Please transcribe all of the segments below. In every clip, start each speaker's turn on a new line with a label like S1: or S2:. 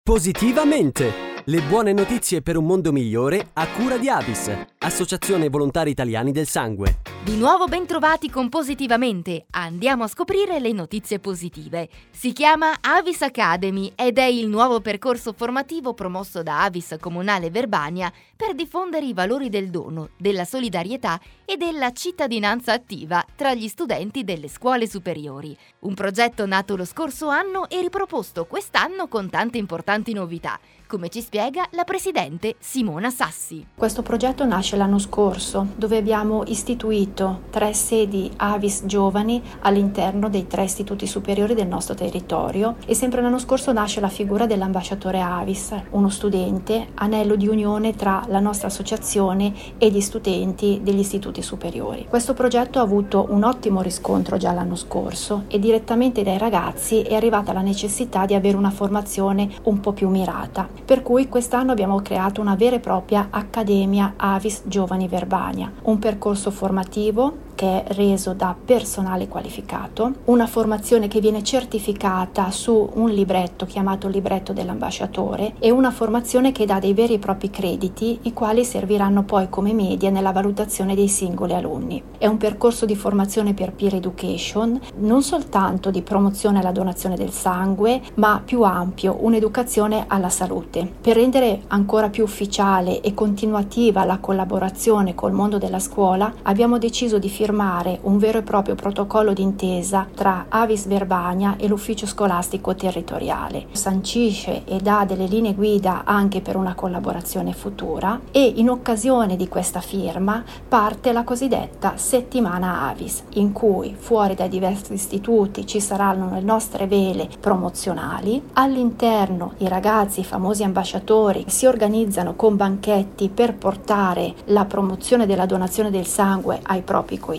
S1: Positivamente! Le buone notizie per un mondo migliore a cura di Avis, Associazione Volontari Italiani del Sangue.
S2: Di nuovo bentrovati con Positivamente. Andiamo a scoprire le notizie positive. Si chiama Avis Academy ed è il nuovo percorso formativo promosso da Avis Comunale Verbania per diffondere i valori del dono, della solidarietà e della cittadinanza attiva tra gli studenti delle scuole superiori. Un progetto nato lo scorso anno e riproposto quest'anno con tante importanti novità, come ci spiega la presidente Simona Sassi.
S3: Questo progetto nasce l'anno scorso, dove abbiamo istituito 3 sedi Avis Giovani all'interno dei 3 istituti superiori del nostro territorio, e sempre l'anno scorso nasce la figura dell'ambasciatore Avis, uno studente, anello di unione tra la nostra associazione e gli studenti degli istituti superiori. Questo progetto ha avuto un ottimo riscontro già l'anno scorso e direttamente dai ragazzi è arrivata la necessità di avere una formazione un po' più mirata. Per cui quest'anno abbiamo creato una vera e propria Accademia Avis Giovani Verbania, un percorso formativo che è reso da personale qualificato, una formazione che viene certificata su un libretto chiamato libretto dell'ambasciatore e una formazione che dà dei veri e propri crediti, i quali serviranno poi come media nella valutazione dei singoli alunni. È un percorso di formazione per peer education, non soltanto di promozione alla donazione del sangue, ma più ampio, un'educazione alla salute. Per rendere ancora più ufficiale e continuativa la collaborazione col mondo della scuola, abbiamo deciso di firmare un vero e proprio protocollo d'intesa tra Avis Verbania e l'ufficio scolastico territoriale. Sancisce e dà delle linee guida anche per una collaborazione futura, e in occasione di questa firma parte la cosiddetta settimana Avis, in cui fuori dai diversi istituti ci saranno le nostre vele promozionali. All'interno i ragazzi, i famosi ambasciatori, si organizzano con banchetti per portare la promozione della donazione del sangue ai propri coetanei.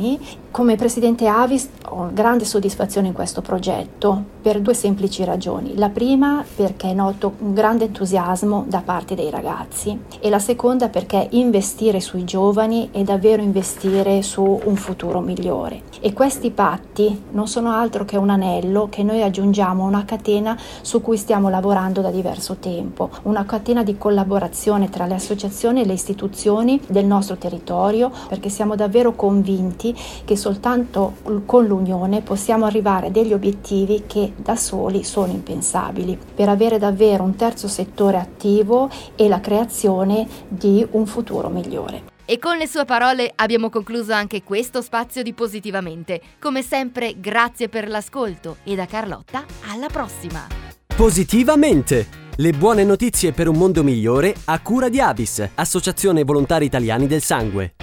S3: Come presidente Avis ho grande soddisfazione in questo progetto per 2 semplici ragioni. La prima, perché è noto un grande entusiasmo da parte dei ragazzi, e la seconda perché investire sui giovani è davvero investire su un futuro migliore. E questi patti non sono altro che un anello che noi aggiungiamo a una catena su cui stiamo lavorando da diverso tempo, una catena di collaborazione tra le associazioni e le istituzioni del nostro territorio, perché siamo davvero convinti che soltanto con l'unione possiamo arrivare a degli obiettivi che da soli sono impensabili, per avere davvero un terzo settore attivo e la creazione di un futuro migliore.
S2: E con le sue parole abbiamo concluso anche questo spazio di Positivamente. Come sempre, grazie per l'ascolto e da Carlotta alla prossima!
S1: Positivamente! Le buone notizie per un mondo migliore a cura di Avis, Associazione Volontari Italiani del Sangue.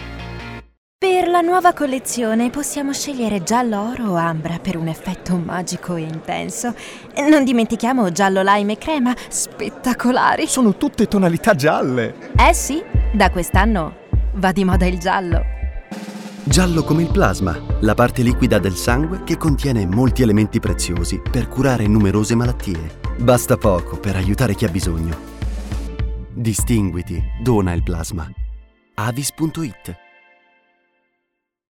S4: Per la nuova collezione possiamo scegliere giallo oro o ambra per un effetto magico e intenso. Non dimentichiamo giallo lime e crema, spettacolari.
S5: Sono tutte tonalità gialle.
S4: Eh sì, da quest'anno va di moda il giallo.
S6: Giallo come il plasma, la parte liquida del sangue che contiene molti elementi preziosi per curare numerose malattie. Basta poco per aiutare chi ha bisogno. Distinguiti, dona il plasma. Avis.it